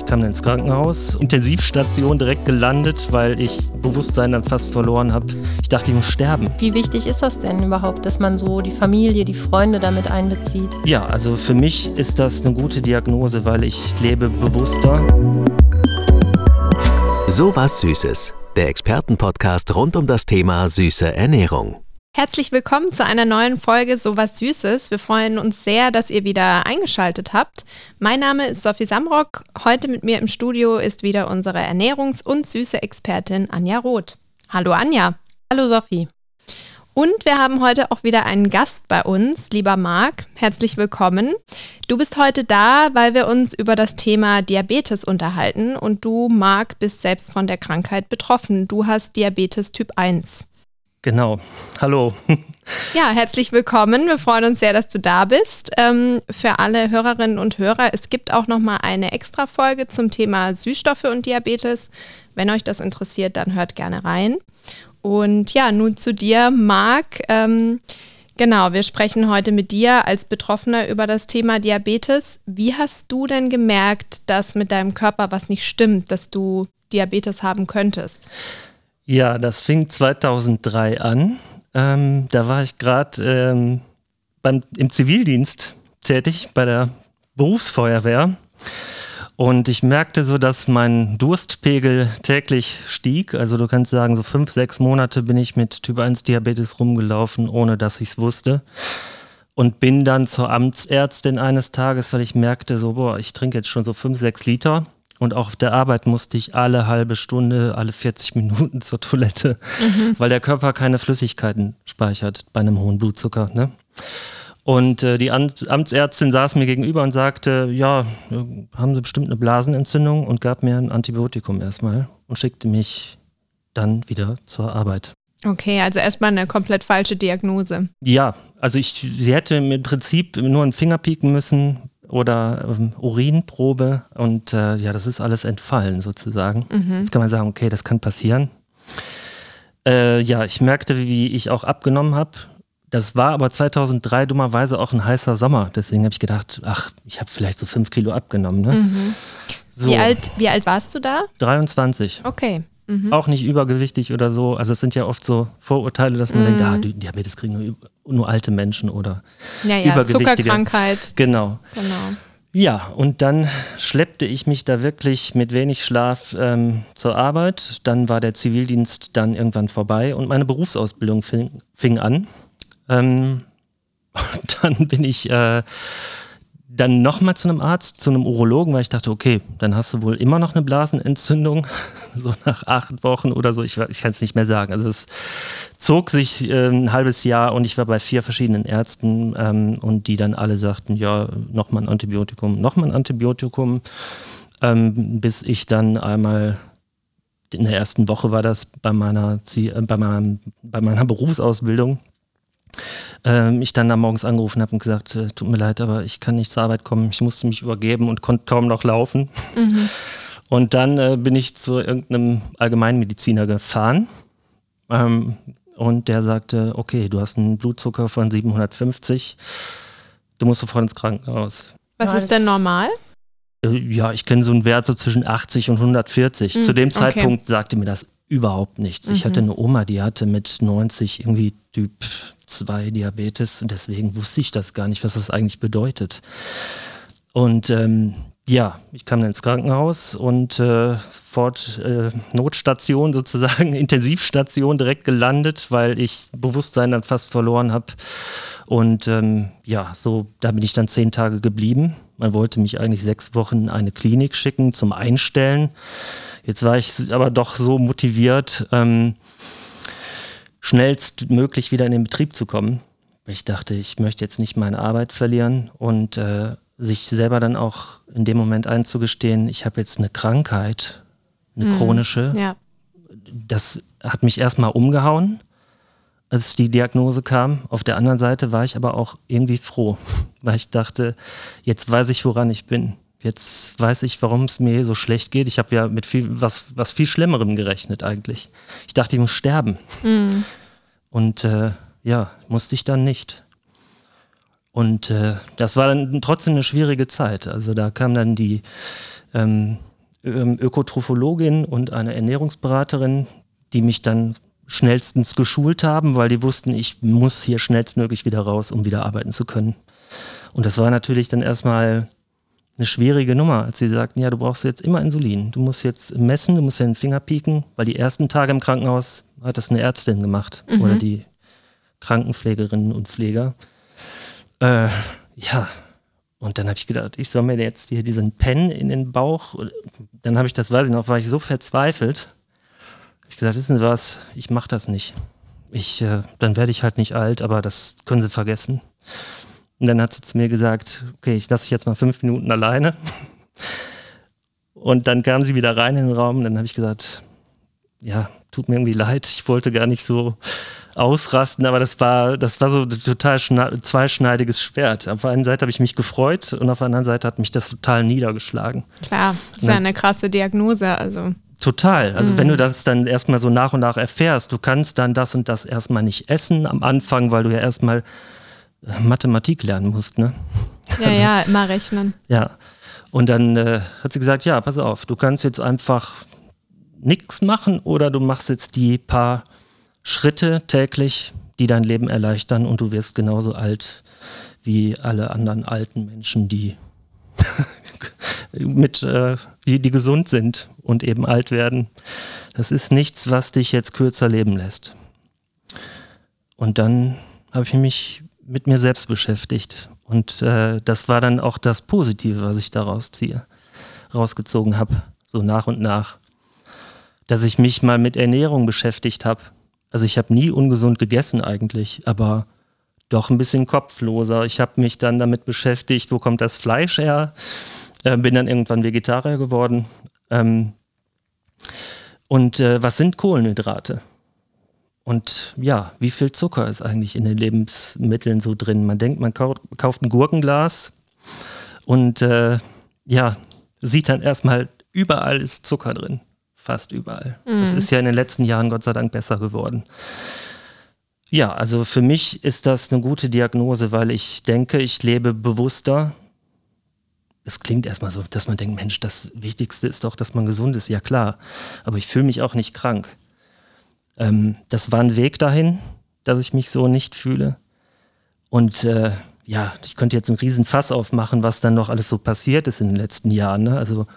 Ich kam dann ins Krankenhaus, Intensivstation direkt gelandet, weil ich Bewusstsein dann fast verloren habe. Ich dachte, ich muss sterben. Wie wichtig ist das denn überhaupt, dass man so die Familie, die Freunde damit einbezieht? Ja, also für mich ist das eine gute Diagnose, weil ich lebe bewusster. So was Süßes, der Expertenpodcast rund um das Thema süße Ernährung. Herzlich willkommen zu einer neuen Folge So was Süßes. Wir freuen uns sehr, dass ihr wieder eingeschaltet habt. Mein Name ist Sophie Samrock. Heute mit mir im Studio ist wieder unsere Ernährungs- und Süße-Expertin Anja Roth. Hallo Anja. Hallo Sophie. Und wir haben heute auch wieder einen Gast bei uns, lieber Marc. Herzlich willkommen. Du bist heute da, weil wir uns über das Thema Diabetes unterhalten. Und du, Marc, bist selbst von der Krankheit betroffen. Du hast Diabetes Typ 1. Genau. Hallo. Ja, herzlich willkommen. Wir freuen uns sehr, dass du da bist. Für alle Hörerinnen und Hörer, es gibt auch nochmal eine Extra-Folge zum Thema Süßstoffe und Diabetes. Wenn euch das interessiert, dann hört gerne rein. Und ja, nun zu dir, Marc. Genau, wir sprechen heute mit dir als Betroffener über das Thema Diabetes. Wie hast du denn gemerkt, dass mit deinem Körper was nicht stimmt, dass du Diabetes haben könntest? Ja, das fing 2003 an. Da war ich gerade im Zivildienst tätig, bei der Berufsfeuerwehr. Und ich merkte so, dass mein Durstpegel täglich stieg. Also du kannst sagen, so 5-6 Monate bin ich mit Typ 1 Diabetes rumgelaufen, ohne dass ich es wusste. Und bin dann zur Amtsärztin eines Tages, weil ich merkte so, ich trinke jetzt schon so 5-6 Liter. Und auch auf der Arbeit musste ich alle halbe Stunde, alle 40 Minuten zur Toilette, weil der Körper keine Flüssigkeiten speichert bei einem hohen Blutzucker. Ne? Und die Amtsärztin saß mir gegenüber und sagte, ja, haben Sie bestimmt eine Blasenentzündung, und gab mir ein Antibiotikum erstmal und schickte mich dann wieder zur Arbeit. Okay, also erstmal eine komplett falsche Diagnose. Ja, also sie hätte im Prinzip nur einen Finger pieken müssen oder Urinprobe, und das ist alles entfallen sozusagen. Jetzt kann man sagen, okay, das kann passieren. Ich merkte, wie ich auch abgenommen habe. Das war aber 2003 dummerweise auch ein heißer Sommer. Deswegen habe ich gedacht, ich habe vielleicht so 5 Kilo abgenommen. Ne? So. Wie alt warst du da? 23. Okay. Auch nicht übergewichtig oder so. Also es sind ja oft so Vorurteile, dass man denkt, Diabetes kriegen nur alte Menschen oder Übergewichtige. Zuckerkrankheit. Genau. Ja, und dann schleppte ich mich da wirklich mit wenig Schlaf zur Arbeit. Dann war der Zivildienst dann irgendwann vorbei und meine Berufsausbildung fing an. Dann bin ich dann nochmal zu einem Arzt, zu einem Urologen, weil ich dachte, okay, dann hast du wohl immer noch eine Blasenentzündung, so nach 8 Wochen oder so, ich kann es nicht mehr sagen. Also es zog sich ein halbes Jahr und ich war bei 4 verschiedenen Ärzten und die dann alle sagten, ja, nochmal ein Antibiotikum, bis ich dann einmal, in der ersten Woche war das bei meiner Berufsausbildung, ich dann da morgens angerufen habe und gesagt, tut mir leid, aber ich kann nicht zur Arbeit kommen, ich musste mich übergeben und konnte kaum noch laufen. Und dann bin ich zu irgendeinem Allgemeinmediziner gefahren und der sagte, okay, du hast einen Blutzucker von 750, du musst sofort ins Krankenhaus. Was ist denn normal? Ja, ich kenne so einen Wert so zwischen 80 und 140. Zu dem Zeitpunkt sagte mir das überhaupt nichts. Ich hatte eine Oma, die hatte mit 90 irgendwie Typ 2 Diabetes, und deswegen wusste ich das gar nicht, was das eigentlich bedeutet. Und ich kam dann ins Krankenhaus und Notstation sozusagen, Intensivstation direkt gelandet, weil ich Bewusstsein dann fast verloren habe. Und da bin ich dann 10 Tage geblieben. Man wollte mich eigentlich 6 Wochen in eine Klinik schicken zum Einstellen. Jetzt war ich aber doch so motiviert, schnellstmöglich wieder in den Betrieb zu kommen. Ich dachte, ich möchte jetzt nicht meine Arbeit verlieren und sich selber dann auch in dem Moment einzugestehen, ich habe jetzt eine Krankheit, eine chronische. Ja. Das hat mich erstmal umgehauen, als die Diagnose kam. Auf der anderen Seite war ich aber auch irgendwie froh, weil ich dachte, jetzt weiß ich, woran ich bin. Jetzt weiß ich, warum es mir so schlecht geht. Ich habe ja mit was viel Schlimmerem gerechnet eigentlich. Ich dachte, ich muss sterben. Und musste ich dann nicht. Und das war dann trotzdem eine schwierige Zeit. Also da kam dann die Ökotrophologin und eine Ernährungsberaterin, die mich dann schnellstens geschult haben, weil die wussten, ich muss hier schnellstmöglich wieder raus, um wieder arbeiten zu können. Und das war natürlich dann erstmal eine schwierige Nummer, als sie sagten, ja, du brauchst jetzt immer Insulin. Du musst jetzt messen, du musst ja den Finger pieken, weil die ersten Tage im Krankenhaus hat das eine Ärztin gemacht oder die Krankenpflegerinnen und Pfleger. Ja, und dann habe ich gedacht, ich soll mir jetzt hier diesen Pen in den Bauch. Dann habe ich das, weiß ich noch, war ich so verzweifelt. Ich gesagt, wissen Sie was, ich mache das nicht. Dann werde ich halt nicht alt, aber das können Sie vergessen. Und dann hat sie zu mir gesagt, okay, ich lasse dich jetzt mal 5 Minuten alleine. Und dann kam sie wieder rein in den Raum und dann habe ich gesagt, ja, tut mir irgendwie leid, ich wollte gar nicht so ausrasten, aber das war so ein total zweischneidiges Schwert. Auf der einen Seite habe ich mich gefreut und auf der anderen Seite hat mich das total niedergeschlagen. Klar, das ist ja eine krasse Diagnose, also. Total. Also wenn du das dann erstmal so nach und nach erfährst, du kannst dann das und das erstmal nicht essen am Anfang, weil du ja erstmal Mathematik lernen musst, ne? Ja, also, ja, immer rechnen. Ja. Und dann hat sie gesagt, ja, pass auf, du kannst jetzt einfach nichts machen oder du machst jetzt die paar Schritte täglich, die dein Leben erleichtern und du wirst genauso alt wie alle anderen alten Menschen, die die gesund sind und eben alt werden. Das ist nichts, was dich jetzt kürzer leben lässt. Und dann habe ich mich mit mir selbst beschäftigt und das war dann auch das Positive, was ich daraus rausgezogen habe, so nach und nach, dass ich mich mal mit Ernährung beschäftigt habe. Also ich habe nie ungesund gegessen eigentlich, aber doch ein bisschen kopfloser. Ich habe mich dann damit beschäftigt, wo kommt das Fleisch her? Bin dann irgendwann Vegetarier geworden. Und was sind Kohlenhydrate? Und ja, wie viel Zucker ist eigentlich in den Lebensmitteln so drin? Man denkt, man kauft ein Gurkenglas und sieht dann erstmal, überall ist Zucker drin. Fast überall. Das ist ja in den letzten Jahren Gott sei Dank besser geworden. Ja, also für mich ist das eine gute Diagnose, weil ich denke, ich lebe bewusster. Es klingt erstmal so, dass man denkt, Mensch, das Wichtigste ist doch, dass man gesund ist. Ja klar, aber ich fühle mich auch nicht krank. Das war ein Weg dahin, dass ich mich so nicht fühle. Und ich könnte jetzt einen riesen Fass aufmachen, was dann noch alles so passiert ist in den letzten Jahren. Ne? Also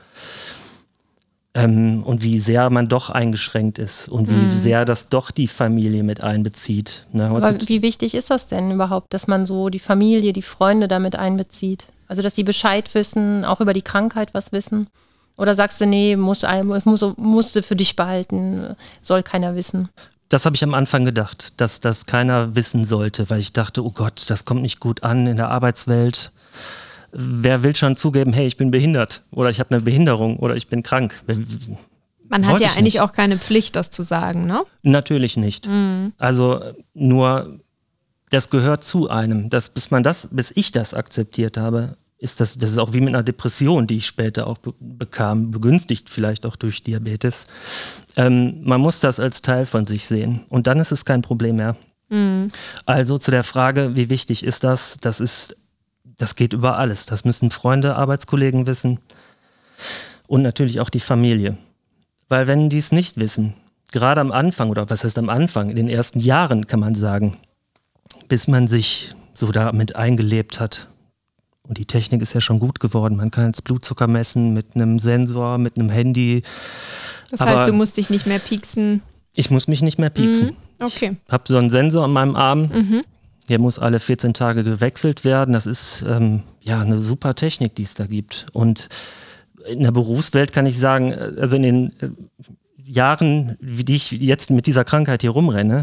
und wie sehr man doch eingeschränkt ist und wie sehr das doch die Familie mit einbezieht. Ne? Aber wie wichtig ist das denn überhaupt, dass man so die Familie, die Freunde damit einbezieht? Also dass sie Bescheid wissen, auch über die Krankheit was wissen? Oder sagst du, nee, musst du für dich behalten, soll keiner wissen? Das habe ich am Anfang gedacht, dass das keiner wissen sollte, weil ich dachte, oh Gott, das kommt nicht gut an in der Arbeitswelt. Wer will schon zugeben, hey, ich bin behindert oder ich habe eine Behinderung oder ich bin krank? Man hat ja eigentlich auch keine Pflicht, das zu sagen, ne? Natürlich nicht. Also nur, das gehört zu einem. Bis ich das akzeptiert habe, das ist auch wie mit einer Depression, die ich später auch bekam, begünstigt vielleicht auch durch Diabetes. Man muss das als Teil von sich sehen und dann ist es kein Problem mehr. Also zu der Frage, wie wichtig ist das? Das geht über alles. Das müssen Freunde, Arbeitskollegen wissen und natürlich auch die Familie. Weil wenn die es nicht wissen, gerade am Anfang, oder was heißt am Anfang, in den ersten Jahren kann man sagen, bis man sich so damit eingelebt hat, und die Technik ist ja schon gut geworden, man kann jetzt Blutzucker messen mit einem Sensor, mit einem Handy. Das heißt, du musst dich nicht mehr pieksen? Ich muss mich nicht mehr pieksen. Okay. Ich habe so einen Sensor an meinem Arm. Der muss alle 14 Tage gewechselt werden. Das ist eine super Technik, die es da gibt. Und in der Berufswelt kann ich sagen, also in den Jahren, die ich jetzt mit dieser Krankheit hier rumrenne,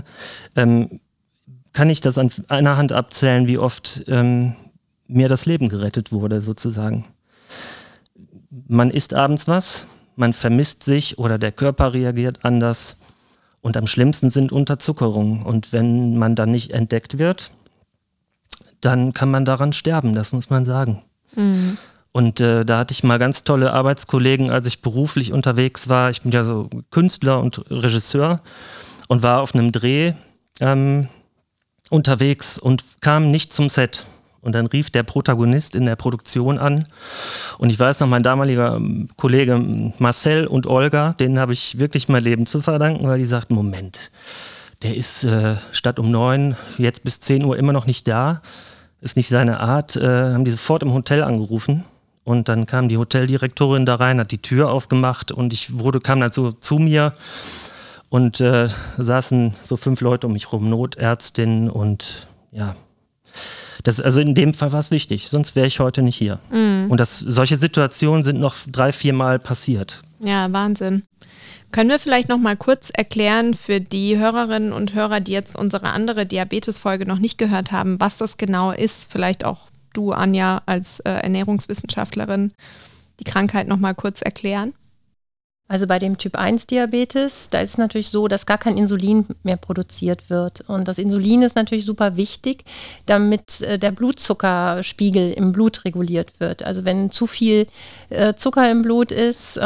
kann ich das an einer Hand abzählen, wie oft mir das Leben gerettet wurde, sozusagen. Man isst abends was, man vermisst sich oder der Körper reagiert anders. Und am schlimmsten sind Unterzuckerungen. Und wenn man dann nicht entdeckt wird, dann kann man daran sterben, das muss man sagen. Und da hatte ich mal ganz tolle Arbeitskollegen, als ich beruflich unterwegs war. Ich bin ja so Künstler und Regisseur und war auf einem Dreh unterwegs und kam nicht zum Set. Und dann rief der Protagonist in der Produktion an. Und ich weiß noch, mein damaliger Kollege Marcel und Olga, denen habe ich wirklich mein Leben zu verdanken, weil die sagten, Moment, der ist statt um 9, jetzt bis 10 Uhr immer noch nicht da. Ist nicht seine Art. Haben die sofort im Hotel angerufen. Und dann kam die Hoteldirektorin da rein, hat die Tür aufgemacht und ich kam dann so zu mir und saßen so 5 Leute um mich rum, Notärztin und ja. Also in dem Fall war es wichtig, sonst wäre ich heute nicht hier. Und solche Situationen sind noch 3-4 Mal passiert. Ja, Wahnsinn. Können wir vielleicht noch mal kurz erklären für die Hörerinnen und Hörer, die jetzt unsere andere Diabetes-Folge noch nicht gehört haben, was das genau ist? Vielleicht auch du, Anja, als Ernährungswissenschaftlerin, die Krankheit noch mal kurz erklären? Also bei dem Typ-1-Diabetes, da ist es natürlich so, dass gar kein Insulin mehr produziert wird. Und das Insulin ist natürlich super wichtig, damit der Blutzuckerspiegel im Blut reguliert wird. Also wenn zu viel Zucker im Blut ist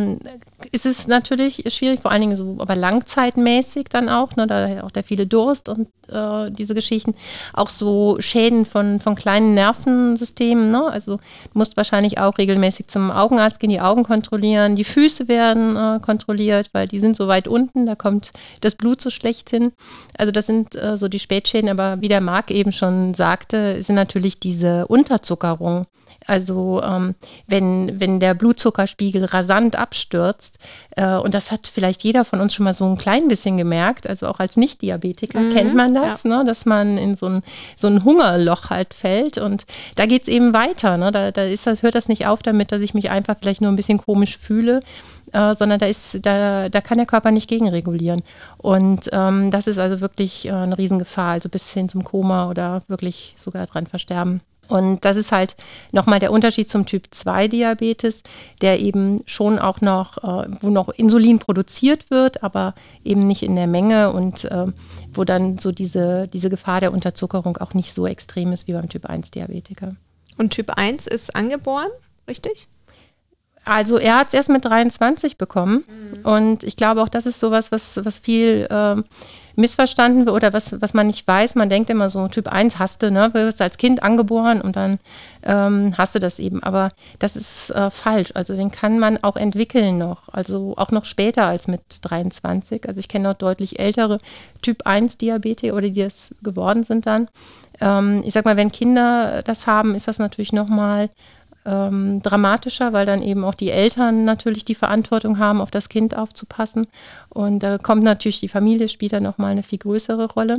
es natürlich schwierig, vor allen Dingen so, aber langzeitmäßig dann auch, ne, da auch der viele Durst und diese Geschichten, auch so Schäden von kleinen Nervensystemen, ne? Also du musst wahrscheinlich auch regelmäßig zum Augenarzt gehen, die Augen kontrollieren, die Füße werden kontrolliert, weil die sind so weit unten, da kommt das Blut so schlecht hin. Also das sind so die Spätschäden, aber wie der Marc eben schon sagte, sind natürlich diese Unterzuckerung. Also wenn der Blutzuckerspiegel rasant abstürzt, und das hat vielleicht jeder von uns schon mal so ein klein bisschen gemerkt, also auch als Nicht-Diabetiker kennt man das, ne, dass man in so ein Hungerloch halt fällt und da geht es eben weiter. Ne, hört das nicht auf damit, dass ich mich einfach vielleicht nur ein bisschen komisch fühle, sondern da kann der Körper nicht gegenregulieren. Und das ist also wirklich eine Riesengefahr, also bis hin zum Koma oder wirklich sogar dran versterben. Und das ist halt nochmal der Unterschied zum Typ-2-Diabetes, der eben schon auch noch, wo noch Insulin produziert wird, aber eben nicht in der Menge und wo dann so diese Gefahr der Unterzuckerung auch nicht so extrem ist wie beim Typ-1-Diabetiker. Und Typ 1 ist angeboren, richtig? Also er hat es erst mit 23 bekommen und ich glaube auch, das ist sowas, was viel missverstanden wird oder was man nicht weiß. Man denkt immer so, Typ 1 hast du, ne, wirst als Kind angeboren und dann hast du das eben. Aber das ist falsch. Also den kann man auch entwickeln noch, also auch noch später als mit 23. Also ich kenne noch deutlich ältere Typ 1 Diabetiker oder die das geworden sind dann. Ich sag mal, wenn Kinder das haben, ist das natürlich nochmal dramatischer, weil dann eben auch die Eltern natürlich die Verantwortung haben, auf das Kind aufzupassen. Und da kommt natürlich die Familie, spielt dann nochmal eine viel größere Rolle.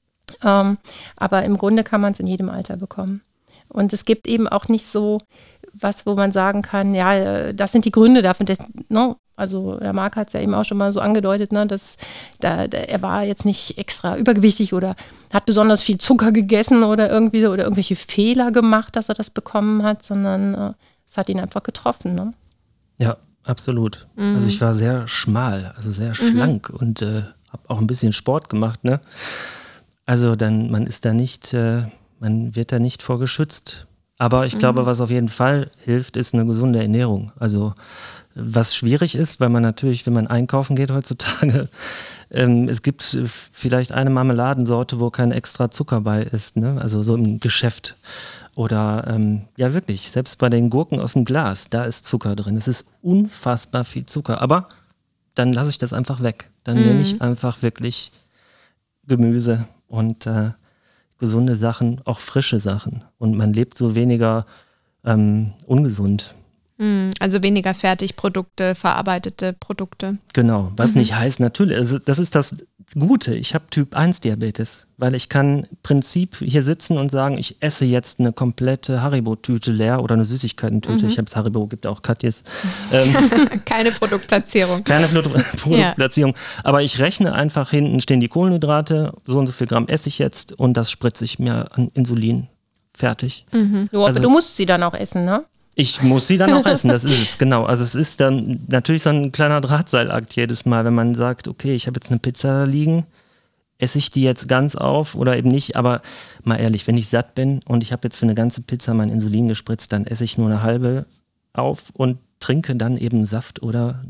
Aber im Grunde kann man es in jedem Alter bekommen. Und es gibt eben auch nicht so was, wo man sagen kann, ja, das sind die Gründe dafür. Also der Marc hat es ja eben auch schon mal so angedeutet, ne, dass er war jetzt nicht extra übergewichtig oder hat besonders viel Zucker gegessen oder irgendwie oder irgendwelche Fehler gemacht, dass er das bekommen hat, sondern es hat ihn einfach getroffen. Ne? Ja, absolut. Also ich war sehr schmal, also sehr schlank und habe auch ein bisschen Sport gemacht. Ne? Also man wird da nicht vor geschützt. Aber ich glaube, was auf jeden Fall hilft, ist eine gesunde Ernährung. Also was schwierig ist, weil man natürlich, wenn man einkaufen geht heutzutage, es gibt vielleicht eine Marmeladensorte, wo kein extra Zucker bei ist, ne? Also so im Geschäft. Oder ja wirklich, selbst bei den Gurken aus dem Glas, da ist Zucker drin. Es ist unfassbar viel Zucker. Aber dann lasse ich das einfach weg. Dann nehme ich einfach wirklich Gemüse und gesunde Sachen, auch frische Sachen. Und man lebt so weniger ungesund. Also weniger Fertigprodukte, verarbeitete Produkte. Genau, was nicht heißt, natürlich, also das ist das Gute, ich habe Typ-1-Diabetes, weil ich kann im Prinzip hier sitzen und sagen, ich esse jetzt eine komplette Haribo-Tüte leer oder eine Süßigkeitentüte. Ich habe Haribo, gibt auch Katjes. Keine Produktplatzierung. Keine Produktplatzierung, aber ich rechne einfach, hinten stehen die Kohlenhydrate, so und so viel Gramm esse ich jetzt und das spritze ich mir an Insulin. Fertig. Also, du musst sie dann auch essen, ne? Ich muss sie dann auch essen, das ist es, genau. Also es ist dann natürlich so ein kleiner Drahtseilakt jedes Mal, wenn man sagt, okay, ich habe jetzt eine Pizza da liegen, esse ich die jetzt ganz auf oder eben nicht, aber mal ehrlich, wenn ich satt bin und ich habe jetzt für eine ganze Pizza mein Insulin gespritzt, dann esse ich nur eine halbe auf und trinke dann eben Saft oder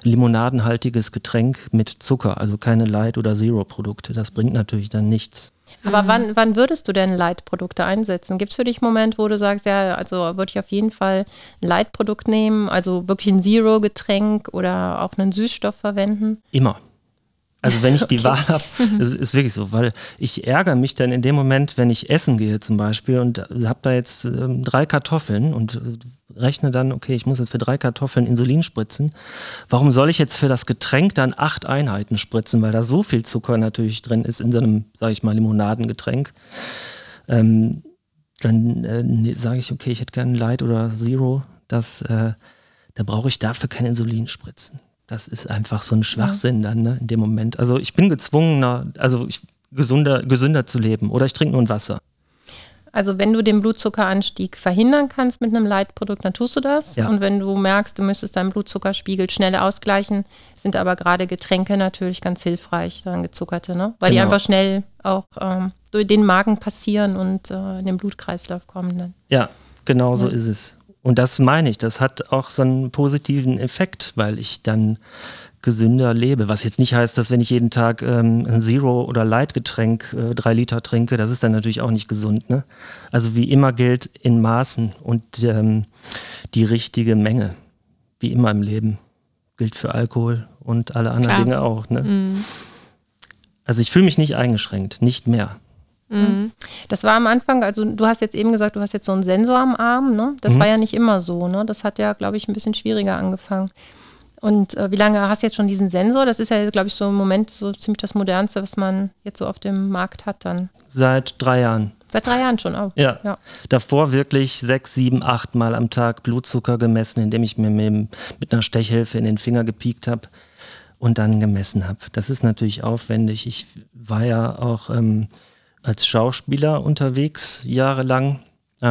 limonadenhaltiges Getränk mit Zucker, also keine Light- oder Zero-Produkte, das bringt natürlich dann nichts. Aber wann würdest du denn Leitprodukte einsetzen? Gibt es für dich einen Moment, wo du sagst, ja, also würde ich auf jeden Fall ein Leitprodukt nehmen, also wirklich ein Zero-Getränk oder auch einen Süßstoff verwenden? Immer. Also wenn ich die Wahl habe, ist wirklich so, weil ich ärgere mich dann in dem Moment, wenn ich essen gehe zum Beispiel und habe da jetzt 3 Kartoffeln und rechne dann, okay, ich muss jetzt für 3 Kartoffeln Insulin spritzen. Warum soll ich jetzt für das Getränk dann 8 Einheiten spritzen, weil da so viel Zucker natürlich drin ist in so einem, sage ich mal, Limonadengetränk. Dann sage ich, okay, ich hätte gerne Light oder Zero, da brauche ich dafür kein Insulin spritzen. Das ist einfach so ein Schwachsinn dann, ne, in dem Moment. Also ich bin gezwungen, gesünder zu leben oder ich trinke nur ein Wasser. Also wenn du den Blutzuckeranstieg verhindern kannst mit einem Leitprodukt, dann tust du das. Ja. Und wenn du merkst, du müsstest deinen Blutzuckerspiegel schnell ausgleichen, sind aber gerade Getränke natürlich ganz hilfreich, dann gezuckerte, ne? Weil die einfach schnell auch durch den Magen passieren und in den Blutkreislauf kommen dann. Ja, genau so ist es. Und das meine ich, das hat auch so einen positiven Effekt, weil ich dann gesünder lebe. Was jetzt nicht heißt, dass wenn ich jeden Tag ein Zero- oder Light-Getränk 3 Liter trinke, das ist dann natürlich auch nicht gesund. Ne? Also wie immer gilt in Maßen und die richtige Menge, wie immer im Leben, gilt für Alkohol und alle anderen Dinge auch. Ne? Also ich fühle mich nicht eingeschränkt, nicht mehr. Das war am Anfang, also du hast jetzt eben gesagt, du hast jetzt so einen Sensor am Arm, ne? Das war ja nicht immer so, ne? Das hat ja, glaube ich, ein bisschen schwieriger angefangen. Und wie lange hast du jetzt schon diesen Sensor? Das ist ja, glaube ich, so im Moment so ziemlich das Modernste, was man jetzt so auf dem Markt hat dann. Seit 3 Jahren. Seit 3 Jahren schon auch? Ja. Davor wirklich 6, 7, 8 Mal am Tag Blutzucker gemessen, indem ich mir mit einer Stechhilfe in den Finger gepiekt habe und dann gemessen habe. Das ist natürlich aufwendig. Ich war ja auch als Schauspieler unterwegs, jahrelang.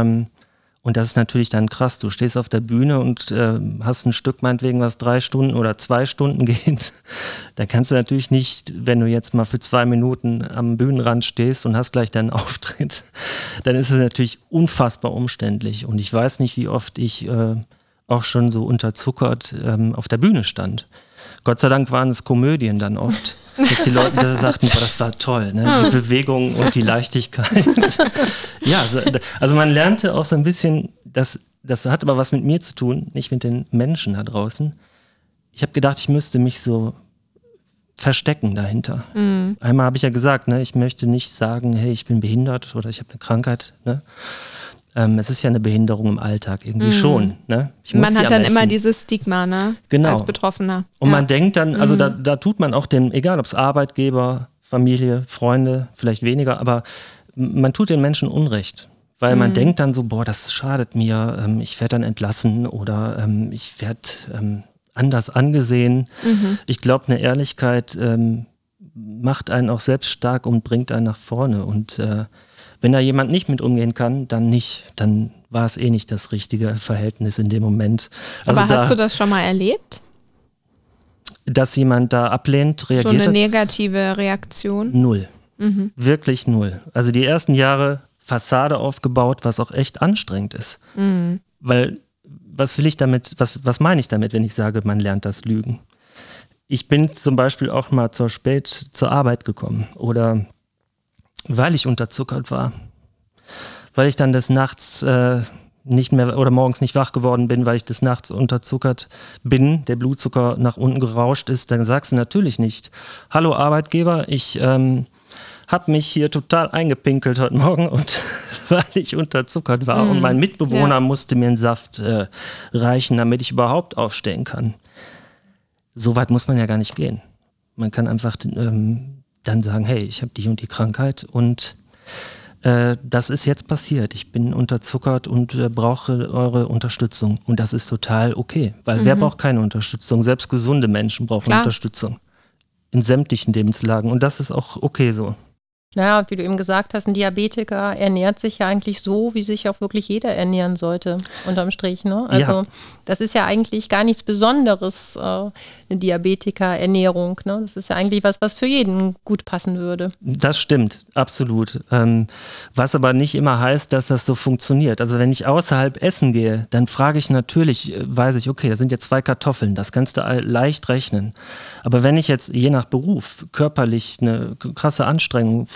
Und das ist natürlich dann krass. Du stehst auf der Bühne und hast ein Stück meinetwegen, was 3 Stunden oder 2 Stunden geht. Da kannst du natürlich nicht, wenn du jetzt mal für 2 Minuten am Bühnenrand stehst und hast gleich deinen Auftritt, dann ist es natürlich unfassbar umständlich. Und ich weiß nicht, wie oft ich auch schon so unterzuckert auf der Bühne stand. Gott sei Dank waren es Komödien dann oft, dass die Leute da sagten, boah, das war toll, ne? Die Bewegung und die Leichtigkeit. Ja, also man lernte auch so ein bisschen, das hat aber was mit mir zu tun, nicht mit den Menschen da draußen. Ich habe gedacht, ich müsste mich so verstecken dahinter. Einmal habe ich ja gesagt, ne, ich möchte nicht sagen, hey, ich bin behindert oder ich habe eine Krankheit, ne? Es ist ja eine Behinderung im Alltag, irgendwie schon. Ne? Man hat dann immer dieses Stigma, ne? Genau. Als Betroffener. Und man denkt dann, also da tut man auch dem, egal ob es Arbeitgeber, Familie, Freunde, vielleicht weniger, aber man tut den Menschen Unrecht. Weil man denkt dann so, boah, das schadet mir, ich werde dann entlassen oder ich werde anders angesehen. Ich glaube, eine Ehrlichkeit macht einen auch selbst stark und bringt einen nach vorne. Und wenn da jemand nicht mit umgehen kann, dann nicht. Dann war es eh nicht das richtige Verhältnis in dem Moment. Also aber hast du das schon mal erlebt? Dass jemand da ablehnt, reagiert? So eine negative Reaktion? 0. Wirklich 0. Also die ersten Jahre Fassade aufgebaut, was auch echt anstrengend ist. Weil, was will ich damit, was meine ich damit, wenn ich sage, man lernt das Lügen? Ich bin zum Beispiel auch mal zu spät zur Arbeit gekommen oder weil ich unterzuckert war, weil ich dann des Nachts nicht mehr oder morgens nicht wach geworden bin, weil ich des Nachts unterzuckert bin, der Blutzucker nach unten gerauscht ist, dann sagst du natürlich nicht, hallo Arbeitgeber, ich habe mich hier total eingepinkelt heute Morgen und weil ich unterzuckert war und mein Mitbewohner musste mir einen Saft reichen, damit ich überhaupt aufstehen kann. So weit muss man ja gar nicht gehen. Man kann einfach dann sagen, hey, ich habe die und die Krankheit und das ist jetzt passiert. Ich bin unterzuckert und brauche eure Unterstützung. Und das ist total okay, weil wer braucht keine Unterstützung? Selbst gesunde Menschen brauchen Unterstützung in sämtlichen Lebenslagen und das ist auch okay so. Naja, wie du eben gesagt hast, ein Diabetiker ernährt sich ja eigentlich so, wie sich auch wirklich jeder ernähren sollte, unterm Strich. Ne? Also das ist ja eigentlich gar nichts Besonderes, eine Diabetiker-Ernährung. Ne? Das ist ja eigentlich was für jeden gut passen würde. Das stimmt, absolut. Was aber nicht immer heißt, dass das so funktioniert. Also wenn ich außerhalb essen gehe, dann frage ich natürlich, weiß ich, okay, da sind jetzt 2 Kartoffeln, das kannst du leicht rechnen. Aber wenn ich jetzt je nach Beruf körperlich eine krasse Anstrengung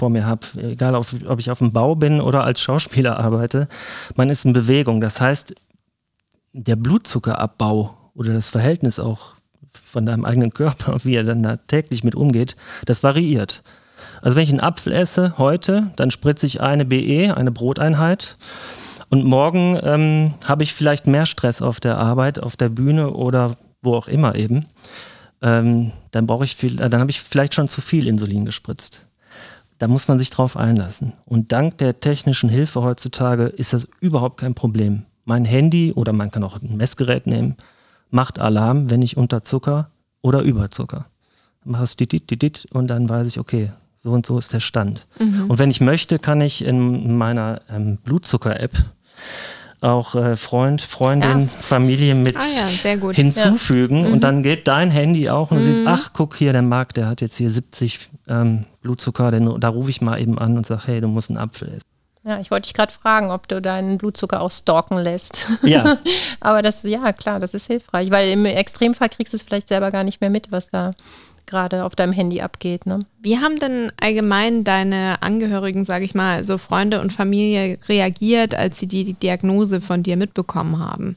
vor mir habe, egal ob ich auf dem Bau bin oder als Schauspieler arbeite, man ist in Bewegung. Das heißt, der Blutzuckerabbau oder das Verhältnis auch von deinem eigenen Körper, wie er dann da täglich mit umgeht, das variiert. Also wenn ich einen Apfel esse heute, dann spritze ich eine BE, eine Broteinheit. Und morgen habe ich vielleicht mehr Stress auf der Arbeit, auf der Bühne oder wo auch immer eben. Dann habe ich vielleicht schon zu viel Insulin gespritzt. Da muss man sich drauf einlassen. Und dank der technischen Hilfe heutzutage ist das überhaupt kein Problem. Mein Handy oder man kann auch ein Messgerät nehmen, macht Alarm, wenn ich Unterzucker oder Überzucker. Dann mache ich es und dann weiß ich, okay, so und so ist der Stand. Und wenn ich möchte, kann ich in meiner Blutzucker-App auch Freundin, Familie mit sehr gut. hinzufügen und dann geht dein Handy auch und du siehst, ach, guck hier, der Marc, der hat jetzt hier 70 Blutzucker, da rufe ich mal eben an und sage, hey, du musst einen Apfel essen. Ja, ich wollte dich gerade fragen, ob du deinen Blutzucker auch stalken lässt. Ja. Aber klar, das ist hilfreich, weil im Extremfall kriegst du es vielleicht selber gar nicht mehr mit, was da gerade auf deinem Handy abgeht. Ne? Wie haben denn allgemein deine Angehörigen, sage ich mal, so Freunde und Familie reagiert, als sie die Diagnose von dir mitbekommen haben?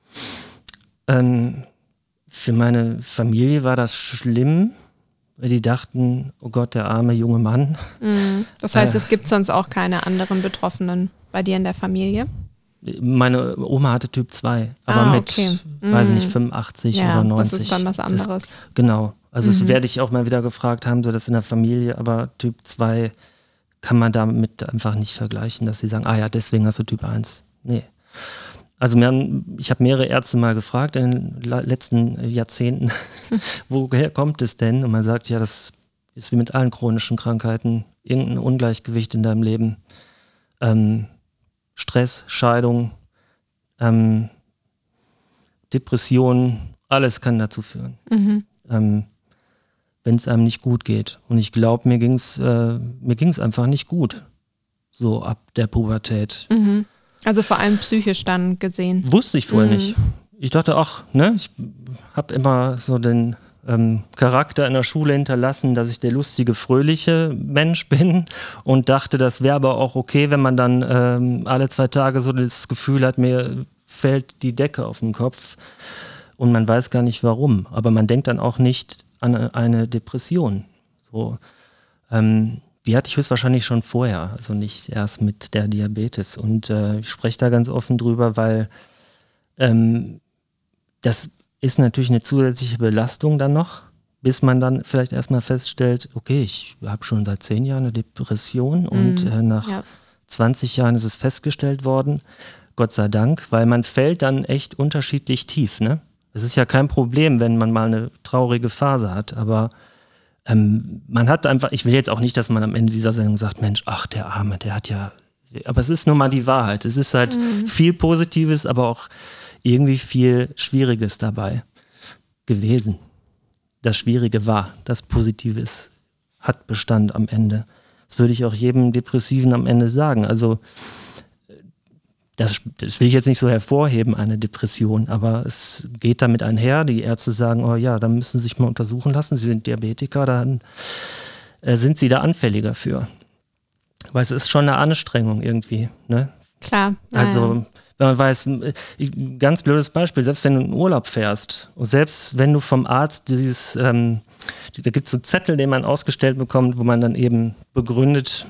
Für meine Familie war das schlimm, weil die dachten, oh Gott, der arme junge Mann. Das heißt, es gibt sonst auch keine anderen Betroffenen bei dir in der Familie? Meine Oma hatte Typ 2, aber weiß ich nicht, 85 oder 90. Das ist dann was anderes. Genau. Also das werde ich auch mal wieder gefragt, haben sie das in der Familie, aber Typ 2 kann man damit einfach nicht vergleichen, dass sie sagen, deswegen hast du Typ 1. Nee. Also ich habe mehrere Ärzte mal gefragt in den letzten Jahrzehnten, woher kommt es denn? Und man sagt, ja, das ist wie mit allen chronischen Krankheiten, irgendein Ungleichgewicht in deinem Leben. Stress, Scheidung, Depressionen, alles kann dazu führen. Wenn es einem nicht gut geht. Und ich glaube, mir ging's einfach nicht gut. So ab der Pubertät. Also vor allem psychisch dann gesehen. Wusste ich vorher nicht. Ich dachte, ich habe immer so den Charakter in der Schule hinterlassen, dass ich der lustige, fröhliche Mensch bin und dachte, das wäre aber auch okay, wenn man dann alle 2 Tage so das Gefühl hat, mir fällt die Decke auf den Kopf und man weiß gar nicht warum. Aber man denkt dann auch nicht an eine Depression. So, die hatte ich höchstwahrscheinlich schon vorher, also nicht erst mit der Diabetes. Und ich spreche da ganz offen drüber, weil das ist natürlich eine zusätzliche Belastung dann noch, bis man dann vielleicht erstmal feststellt, okay, ich habe schon seit 10 Jahren eine Depression und nach 20 Jahren ist es festgestellt worden, Gott sei Dank, weil man fällt dann echt unterschiedlich tief, ne? Es ist ja kein Problem, wenn man mal eine traurige Phase hat, aber man hat einfach, ich will jetzt auch nicht, dass man am Ende dieser Sendung sagt, Mensch, ach, der Arme, der hat ja, aber es ist nun mal die Wahrheit. Es ist halt viel Positives, aber auch irgendwie viel Schwieriges dabei gewesen. Das Schwierige war, das Positive hat Bestand am Ende. Das würde ich auch jedem Depressiven am Ende sagen. Also das will ich jetzt nicht so hervorheben, eine Depression, aber es geht damit einher. Die Ärzte sagen, oh ja, dann müssen Sie sich mal untersuchen lassen. Sie sind Diabetiker, dann sind Sie da anfälliger für. Weil es ist schon eine Anstrengung irgendwie. Ne? Klar. Also wenn man weiß, ganz blödes Beispiel, selbst wenn du in Urlaub fährst und selbst wenn du vom Arzt da gibt es so einen Zettel, den man ausgestellt bekommt, wo man dann eben begründet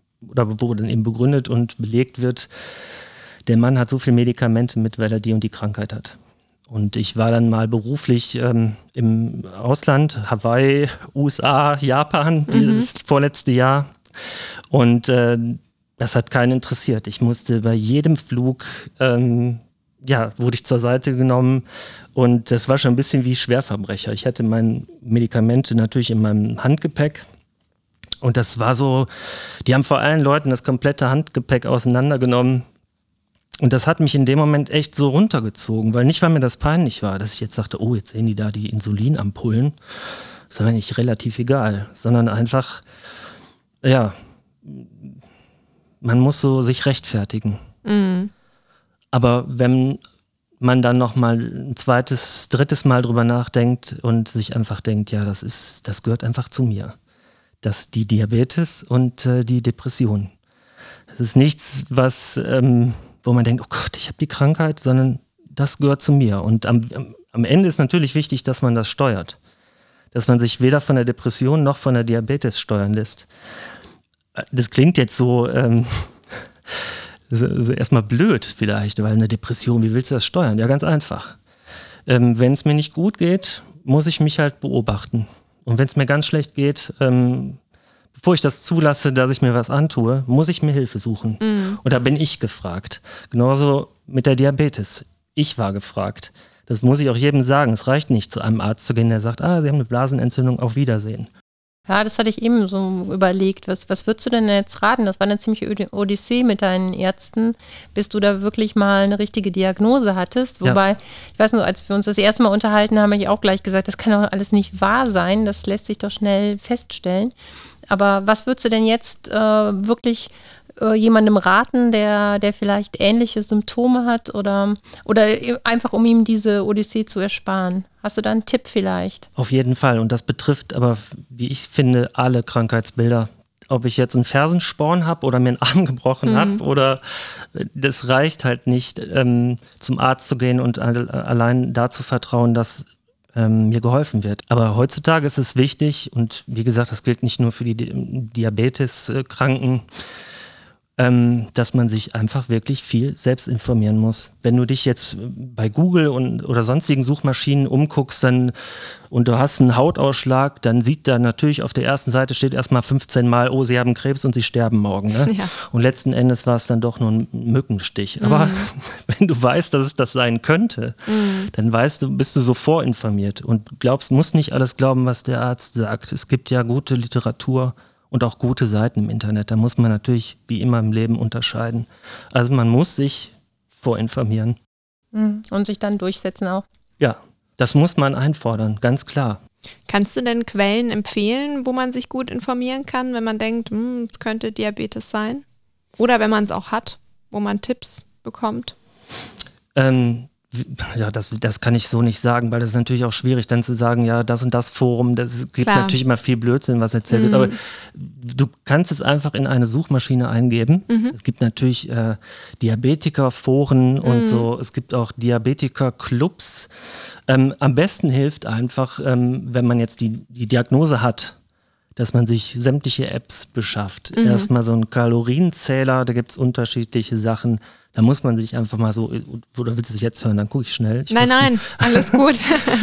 und belegt wird, der Mann hat so viele Medikamente mit, weil er die und die Krankheit hat. Und ich war dann mal beruflich im Ausland, Hawaii, USA, Japan, dieses vorletzte Jahr. Und das hat keinen interessiert. Ich musste bei jedem Flug, wurde ich zur Seite genommen. Und das war schon ein bisschen wie Schwerverbrecher. Ich hatte meine Medikamente natürlich in meinem Handgepäck. Und das war so, die haben vor allen Leuten das komplette Handgepäck auseinandergenommen. Und das hat mich in dem Moment echt so runtergezogen, weil mir das peinlich war, dass ich jetzt sagte, oh, jetzt sehen die da die Insulinampullen. Das war mir nicht relativ egal, sondern einfach, ja, man muss so sich rechtfertigen. Aber wenn man dann nochmal ein drittes Mal drüber nachdenkt und sich einfach denkt, ja, das gehört einfach zu mir. die Diabetes und die Depression. Es ist nichts, wo man denkt, oh Gott, ich habe die Krankheit, sondern das gehört zu mir. Und am Ende ist natürlich wichtig, dass man das steuert. Dass man sich weder von der Depression noch von der Diabetes steuern lässt. Das klingt jetzt so erstmal blöd vielleicht, weil eine Depression, wie willst du das steuern? Ja, ganz einfach. Wenn es mir nicht gut geht, muss ich mich halt beobachten. Und wenn es mir ganz schlecht geht, bevor ich das zulasse, dass ich mir was antue, muss ich mir Hilfe suchen. Und da bin ich gefragt. Genauso mit der Diabetes. Ich war gefragt. Das muss ich auch jedem sagen. Es reicht nicht, zu einem Arzt zu gehen, der sagt, Sie haben eine Blasenentzündung, auf Wiedersehen. Ja, das hatte ich eben so überlegt. Was würdest du denn jetzt raten? Das war eine ziemliche Odyssee mit deinen Ärzten, bis du da wirklich mal eine richtige Diagnose hattest. Wobei, ich weiß nur, als wir uns das erste Mal unterhalten haben, habe ich auch gleich gesagt, das kann doch alles nicht wahr sein. Das lässt sich doch schnell feststellen. Aber was würdest du denn jetzt wirklich jemandem raten, der vielleicht ähnliche Symptome hat oder einfach, um ihm diese Odyssee zu ersparen? Hast du da einen Tipp vielleicht? Auf jeden Fall. Und das betrifft aber, wie ich finde, alle Krankheitsbilder. Ob ich jetzt einen Fersensporn habe oder mir einen Arm gebrochen habe oder das reicht halt nicht, zum Arzt zu gehen und allein dazu vertrauen, dass mir geholfen wird. Aber heutzutage ist es wichtig und wie gesagt, das gilt nicht nur für die Diabeteskranken, dass man sich einfach wirklich viel selbst informieren muss. Wenn du dich jetzt bei Google oder sonstigen Suchmaschinen umguckst und du hast einen Hautausschlag, dann sieht da natürlich auf der ersten Seite steht erstmal 15 Mal, oh, sie haben Krebs und sie sterben morgen. Ne? Ja. Und letzten Endes war es dann doch nur ein Mückenstich. Aber wenn du weißt, dass es das sein könnte, dann bist du so vorinformiert und musst nicht alles glauben, was der Arzt sagt. Es gibt ja gute Literatur und auch gute Seiten im Internet. Da muss man natürlich wie immer im Leben unterscheiden. Also man muss sich vorinformieren. Und sich dann durchsetzen auch. Ja, das muss man einfordern, ganz klar. Kannst du denn Quellen empfehlen, wo man sich gut informieren kann, wenn man denkt, es könnte Diabetes sein? Oder wenn man es auch hat, wo man Tipps bekommt? Ja, das kann ich so nicht sagen, weil das ist natürlich auch schwierig, dann zu sagen, ja, das und das Forum, das gibt natürlich immer viel Blödsinn, was erzählt wird, aber du kannst es einfach in eine Suchmaschine eingeben. Es gibt natürlich Diabetikerforen und so, es gibt auch Diabetikerclubs. Am besten hilft einfach, wenn man jetzt die Diagnose hat, dass man sich sämtliche Apps beschafft. Erstmal so einen Kalorienzähler, da gibt es unterschiedliche Sachen. Da muss man sich einfach mal so, oder willst du es jetzt hören, dann gucke ich schnell. Nein, alles gut.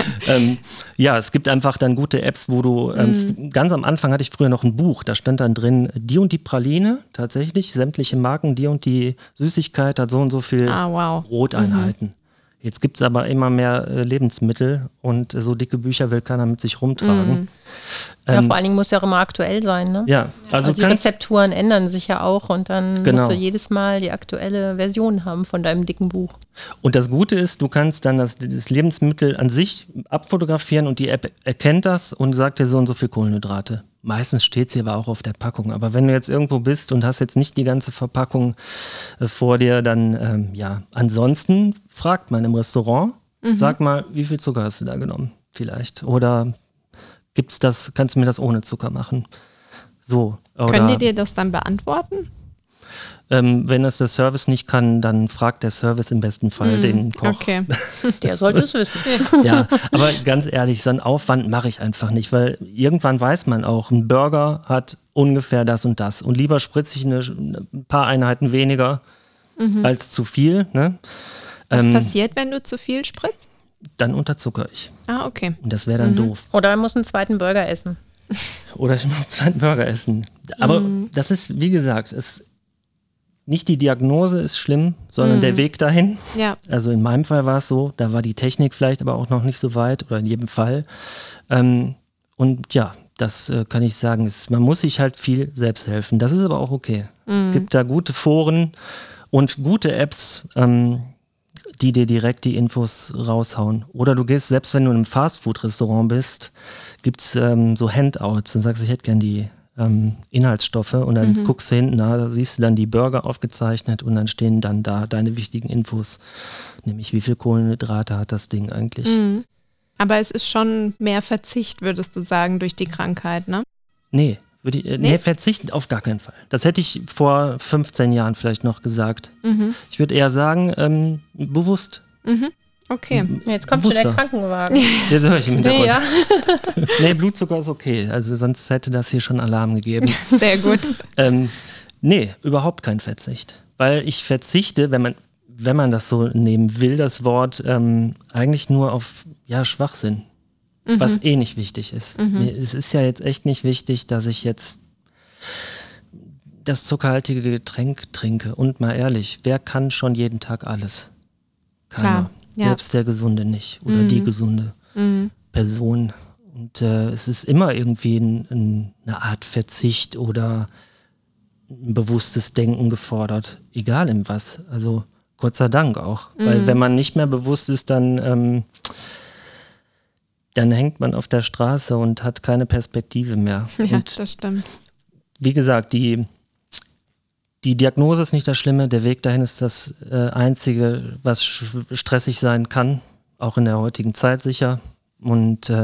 Ja, es gibt einfach dann gute Apps, wo du, ganz am Anfang hatte ich früher noch ein Buch, da stand dann drin, die und die Praline, tatsächlich, sämtliche Marken, die und die Süßigkeit hat so und so viel Broteinheiten. Jetzt gibt es aber immer mehr Lebensmittel und so dicke Bücher will keiner mit sich rumtragen. Ja, vor allen Dingen muss ja auch immer aktuell sein, ne? Ja, also die Rezepturen ändern sich ja auch und dann musst du jedes Mal die aktuelle Version haben von deinem dicken Buch. Und das Gute ist, du kannst dann das Lebensmittel an sich abfotografieren und die App erkennt das und sagt dir so und so viel Kohlenhydrate. Meistens steht sie aber auch auf der Packung. Aber wenn du jetzt irgendwo bist und hast jetzt nicht die ganze Verpackung vor dir, dann ansonsten fragt man im Restaurant, sag mal, wie viel Zucker hast du da genommen vielleicht? Oder kannst du mir das ohne Zucker machen? So. Können die dir das dann beantworten? Wenn es der Service nicht kann, dann fragt der Service im besten Fall den Koch. Okay, der sollte es wissen. Ja, aber ganz ehrlich, so einen Aufwand mache ich einfach nicht, weil irgendwann weiß man auch, ein Burger hat ungefähr das und das. Und lieber spritze ich ein paar Einheiten weniger als zu viel. Ne? Was passiert, wenn du zu viel spritzt? Dann unterzucker ich. Ah, okay. Und das wäre dann doof. Oder man muss einen zweiten Burger essen. Oder ich muss einen zweiten Burger essen. Aber das ist, wie gesagt, nicht die Diagnose ist schlimm, sondern der Weg dahin. Ja. Also in meinem Fall war es so, da war die Technik vielleicht aber auch noch nicht so weit oder in jedem Fall. Und ja, das kann ich sagen, man muss sich halt viel selbst helfen. Das ist aber auch okay. Es gibt da gute Foren und gute Apps, die dir direkt die Infos raushauen. Oder du gehst, selbst wenn du in einem Fastfood-Restaurant bist, gibt es so Handouts und sagst, ich hätte gern die Inhaltsstoffe und dann guckst du hinten, da siehst du dann die Burger aufgezeichnet und dann stehen dann da deine wichtigen Infos, nämlich wie viel Kohlenhydrate hat das Ding eigentlich. Aber es ist schon mehr Verzicht, würdest du sagen, durch die Krankheit, ne? Nee, Nee, verzichten auf gar keinen Fall. Das hätte ich vor 15 Jahren vielleicht noch gesagt. Ich würde eher sagen, bewusst. Okay. Jetzt kommt schon der Krankenwagen. Jetzt höre ich im Hintergrund. Nee, ja. Nee, Blutzucker ist okay. Also sonst hätte das hier schon Alarm gegeben. Sehr gut. Nee, überhaupt kein Verzicht. Weil ich verzichte, wenn man das so nehmen will, das Wort, eigentlich nur auf Schwachsinn. Was nicht wichtig ist. Es ist ja jetzt echt nicht wichtig, dass ich jetzt das zuckerhaltige Getränk trinke. Und mal ehrlich, wer kann schon jeden Tag alles? Keiner. Klar, ja. Selbst der Gesunde nicht. Oder die gesunde Person. Und es ist immer irgendwie eine Art Verzicht oder ein bewusstes Denken gefordert. Egal in was. Also Gott sei Dank auch. Weil wenn man nicht mehr bewusst ist, dann hängt man auf der Straße und hat keine Perspektive mehr. Ja, und das stimmt. wie gesagt, die Diagnose ist nicht das Schlimme, der Weg dahin ist das Einzige, was stressig sein kann, auch in der heutigen Zeit sicher. Und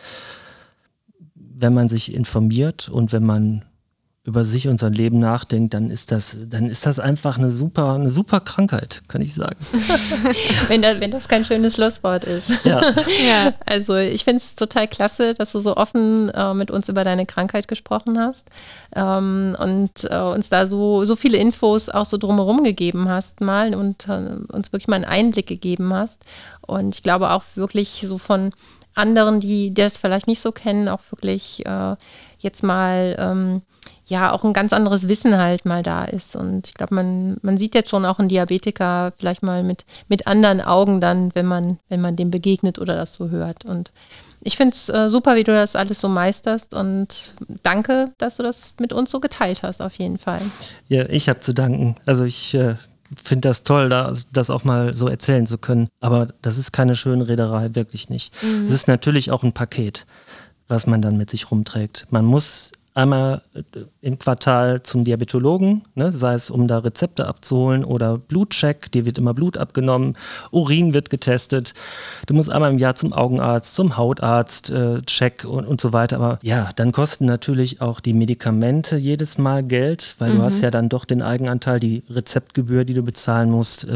wenn man sich informiert und wenn man über sich und sein Leben nachdenkt, dann ist das einfach eine super Krankheit, kann ich sagen. wenn das kein schönes Schlusswort ist. Ja. Ja. Also ich finde es total klasse, dass du so offen mit uns über deine Krankheit gesprochen hast und uns da so viele Infos auch so drumherum gegeben hast mal und uns wirklich mal einen Einblick gegeben hast. Und ich glaube auch wirklich so von anderen, die das vielleicht nicht so kennen, auch wirklich jetzt mal auch ein ganz anderes Wissen halt mal da ist. Und ich glaube, man sieht jetzt schon auch einen Diabetiker vielleicht mal mit anderen Augen dann, wenn man dem begegnet oder das so hört. Und ich finde es super, wie du das alles so meisterst und danke, dass du das mit uns so geteilt hast, auf jeden Fall. Ja, ich habe zu danken. Also ich finde das toll, das auch mal so erzählen zu können. Aber das ist keine Schönrederei, wirklich nicht. Es ist natürlich auch ein Paket, was man dann mit sich rumträgt. Man muss einmal im Quartal zum Diabetologen, ne, sei es um da Rezepte abzuholen oder Blutcheck, dir wird immer Blut abgenommen, Urin wird getestet, du musst einmal im Jahr zum Augenarzt, zum Hautarzt, Check und so weiter. Aber ja, dann kosten natürlich auch die Medikamente jedes Mal Geld, weil du hast ja dann doch den Eigenanteil, die Rezeptgebühr, die du bezahlen musst.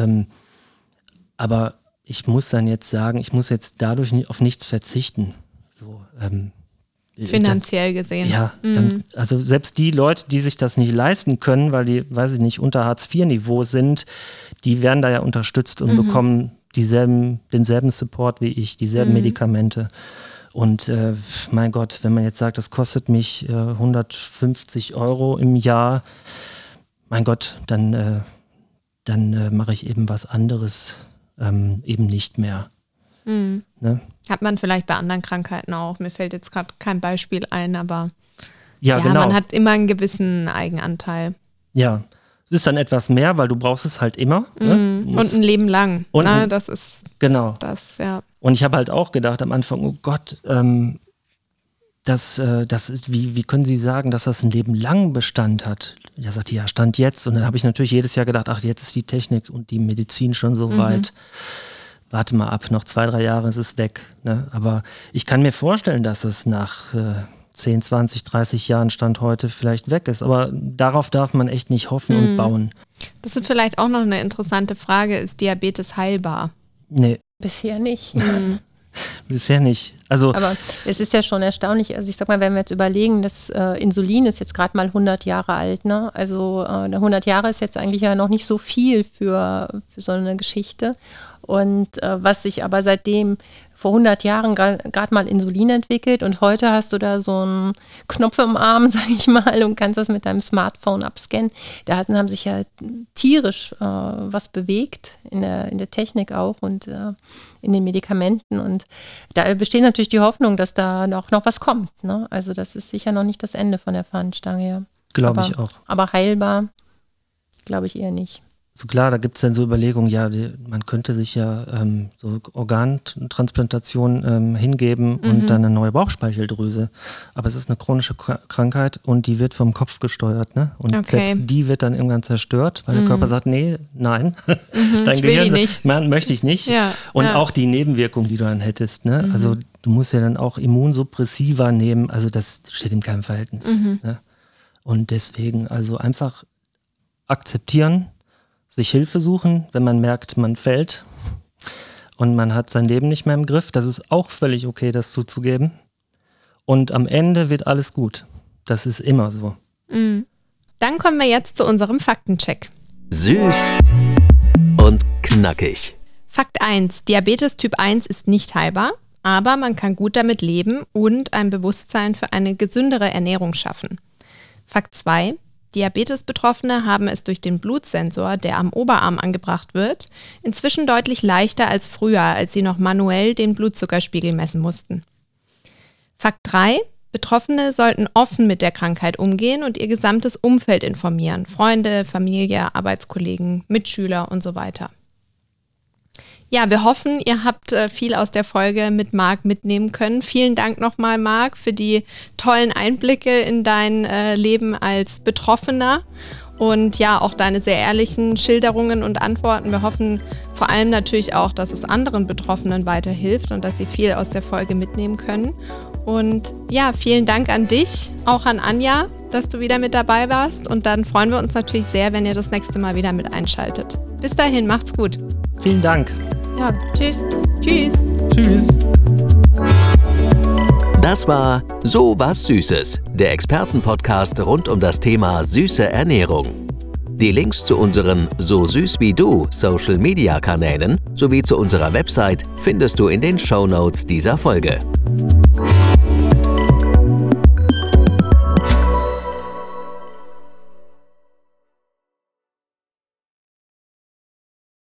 Aber ich muss dann jetzt sagen, ich muss jetzt dadurch auf nichts verzichten. So, finanziell gesehen. Ja, dann, also selbst die Leute, die sich das nicht leisten können, weil die, weiß ich nicht, unter Hartz-IV-Niveau sind, die werden da ja unterstützt und bekommen denselben Support wie ich, dieselben Medikamente. Und mein Gott, wenn man jetzt sagt, das kostet mich 150 € im Jahr, mein Gott, dann mache ich eben was anderes eben nicht mehr. Ne? Hat man vielleicht bei anderen Krankheiten auch. Mir fällt jetzt gerade kein Beispiel ein, aber genau. Man hat immer einen gewissen Eigenanteil. Ja, es ist dann etwas mehr, weil du brauchst es halt immer. Ne? Und ein Leben lang. Und das ist genau. das, ja. Und ich habe halt auch gedacht am Anfang, oh Gott, das ist, wie können Sie sagen, dass das ein Leben lang Bestand hat? Ja, sagt die, ja, Stand jetzt. Und dann habe ich natürlich jedes Jahr gedacht, ach, jetzt ist die Technik und die Medizin schon so weit. Warte mal ab, noch 2-3 Jahre ist es weg. Ne? Aber ich kann mir vorstellen, dass es nach 10, 20, 30 Jahren Stand heute vielleicht weg ist. Aber darauf darf man echt nicht hoffen und bauen. Das ist vielleicht auch noch eine interessante Frage. Ist Diabetes heilbar? Nee. Bisher nicht. Bisher nicht. Also, aber es ist ja schon erstaunlich. Also ich sag mal, wenn wir jetzt überlegen, das Insulin ist jetzt gerade mal 100 Jahre alt. Ne? Also 100 Jahre ist jetzt eigentlich ja noch nicht so viel für so eine Geschichte. Und was sich aber seitdem vor 100 Jahren gerade mal Insulin entwickelt und heute hast du da so einen Knopf im Arm, sag ich mal, und kannst das mit deinem Smartphone abscannen. Da haben sich ja tierisch was bewegt in der Technik auch und in den Medikamenten. Und da besteht natürlich die Hoffnung, dass da noch was kommt. Ne? Also das ist sicher noch nicht das Ende von der Fahnenstange. Ja. Glaube ich auch. Aber heilbar glaube ich eher nicht. So klar, da gibt es dann so Überlegungen, ja, man könnte sich ja so Organtransplantation hingeben und dann eine neue Bauchspeicheldrüse. Aber es ist eine chronische Krankheit und die wird vom Kopf gesteuert, ne? Und selbst die wird dann irgendwann zerstört, weil der Körper sagt, nein, dein Gehirn sagt, möchte ich nicht. Ja, und auch die Nebenwirkungen, die du dann hättest, ne? Also du musst ja dann auch Immunsuppressiva nehmen, also das steht in keinem Verhältnis. Ne? Und deswegen also einfach akzeptieren, sich Hilfe suchen, wenn man merkt, man fällt und man hat sein Leben nicht mehr im Griff. Das ist auch völlig okay, das zuzugeben. Und am Ende wird alles gut. Das ist immer so. Dann kommen wir jetzt zu unserem Faktencheck. Süß und knackig. Fakt 1. Diabetes Typ 1 ist nicht heilbar, aber man kann gut damit leben und ein Bewusstsein für eine gesündere Ernährung schaffen. Fakt 2. Diabetes-Betroffene haben es durch den Blutsensor, der am Oberarm angebracht wird, inzwischen deutlich leichter als früher, als sie noch manuell den Blutzuckerspiegel messen mussten. Fakt 3. Betroffene sollten offen mit der Krankheit umgehen und ihr gesamtes Umfeld informieren. Freunde, Familie, Arbeitskollegen, Mitschüler und so weiter. Ja, wir hoffen, ihr habt viel aus der Folge mit Marc mitnehmen können. Vielen Dank nochmal, Marc, für die tollen Einblicke in dein Leben als Betroffener und ja, auch deine sehr ehrlichen Schilderungen und Antworten. Wir hoffen vor allem natürlich auch, dass es anderen Betroffenen weiterhilft und dass sie viel aus der Folge mitnehmen können. Und ja, vielen Dank an dich, auch an Anja, dass du wieder mit dabei warst. Und dann freuen wir uns natürlich sehr, wenn ihr das nächste Mal wieder mit einschaltet. Bis dahin, macht's gut. Vielen Dank. Ja, tschüss. Tschüss. Tschüss. Das war So was Süßes, der Expertenpodcast rund um das Thema süße Ernährung. Die Links zu unseren So süß wie du Social-Media-Kanälen sowie zu unserer Website findest du in den Shownotes dieser Folge.